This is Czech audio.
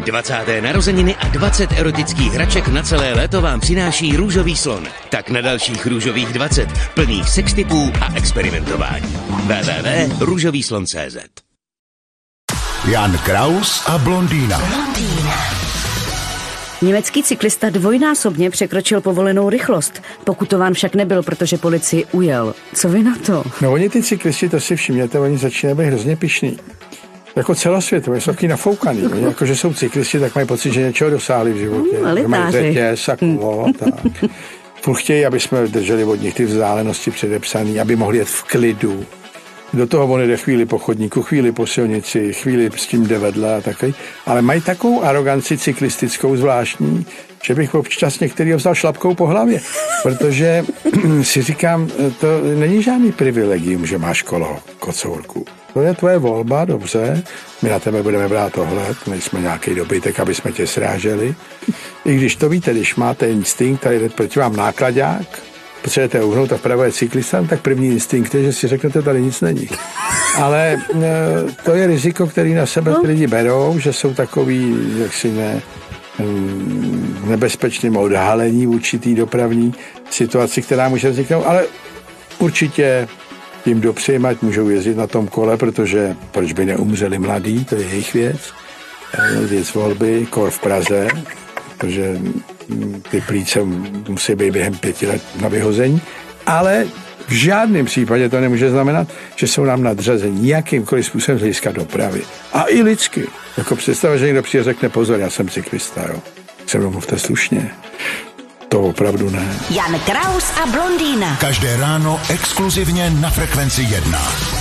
20. narozeniny a 20 erotických hraček na celé léto vám přináší Růžový slon. Tak na dalších růžových 20, plných sextipů a experimentování. www.růžovýslon.cz. Jan Kraus a blondýna. Německý cyklista dvojnásobně překročil povolenou rychlost. Pokutován však nebyl, protože policii ujel. Co vy na to? No oni ty cyklisti, to si všimněte, oni začínají být hrozně pyšný. Jako celosvětově, jsou taky nafoukaný. Oni jako, že jsou cyklisti, tak mají pocit, že něčeho dosáhli v životě. Mají řetěz a kolo, tak. Furt chtějí, aby jsme drželi od nich ty vzdálenosti předepsané, aby mohli jet v klidu. Do toho on jde chvíli po chodníku, chvíli po silnici, chvíli s tím jde vedle a takový. Ale mají takovou aroganci cyklistickou zvláštní, že bych občas některýho vzal šlapkou po hlavě. Protože si říkám, to není žádný privilegium, že máš kolo kocourku. To je tvoje volba, dobře, my na tebe budeme brát ohled, nejsme nějaký dobytek, aby jsme tě sráželi. I když to víte, když máte instinkt, tady jde proti vám nákladák, potřebujete uhnout a vpravo je cyklista, tak první instinkt je, že si řeknete, tady nic není. Ale to je riziko, který na sebe lidi berou, že jsou takový, jaksi nebezpečným odhalení v určitý dopravní situaci, která může vzniknout, ale určitě jim dopřejím, ať můžou jezdit na tom kole, protože proč by neumřeli mladí, to je jejich věc volby, kor v Praze, protože ty plíce musí být během 5 let na vyhození, ale v žádném případě to nemůže znamenat, že jsou nám nadřazení jakýmkoliv způsobem z hlediska dopravy. A i lidsky. Jako představa, že někdo přijde řekne, pozor, já jsem cyklista, jo. Se mnou mluvte slušně. To opravdu ne. Jan Kraus a blondýna. Každé ráno exkluzivně na Frekvenci 1.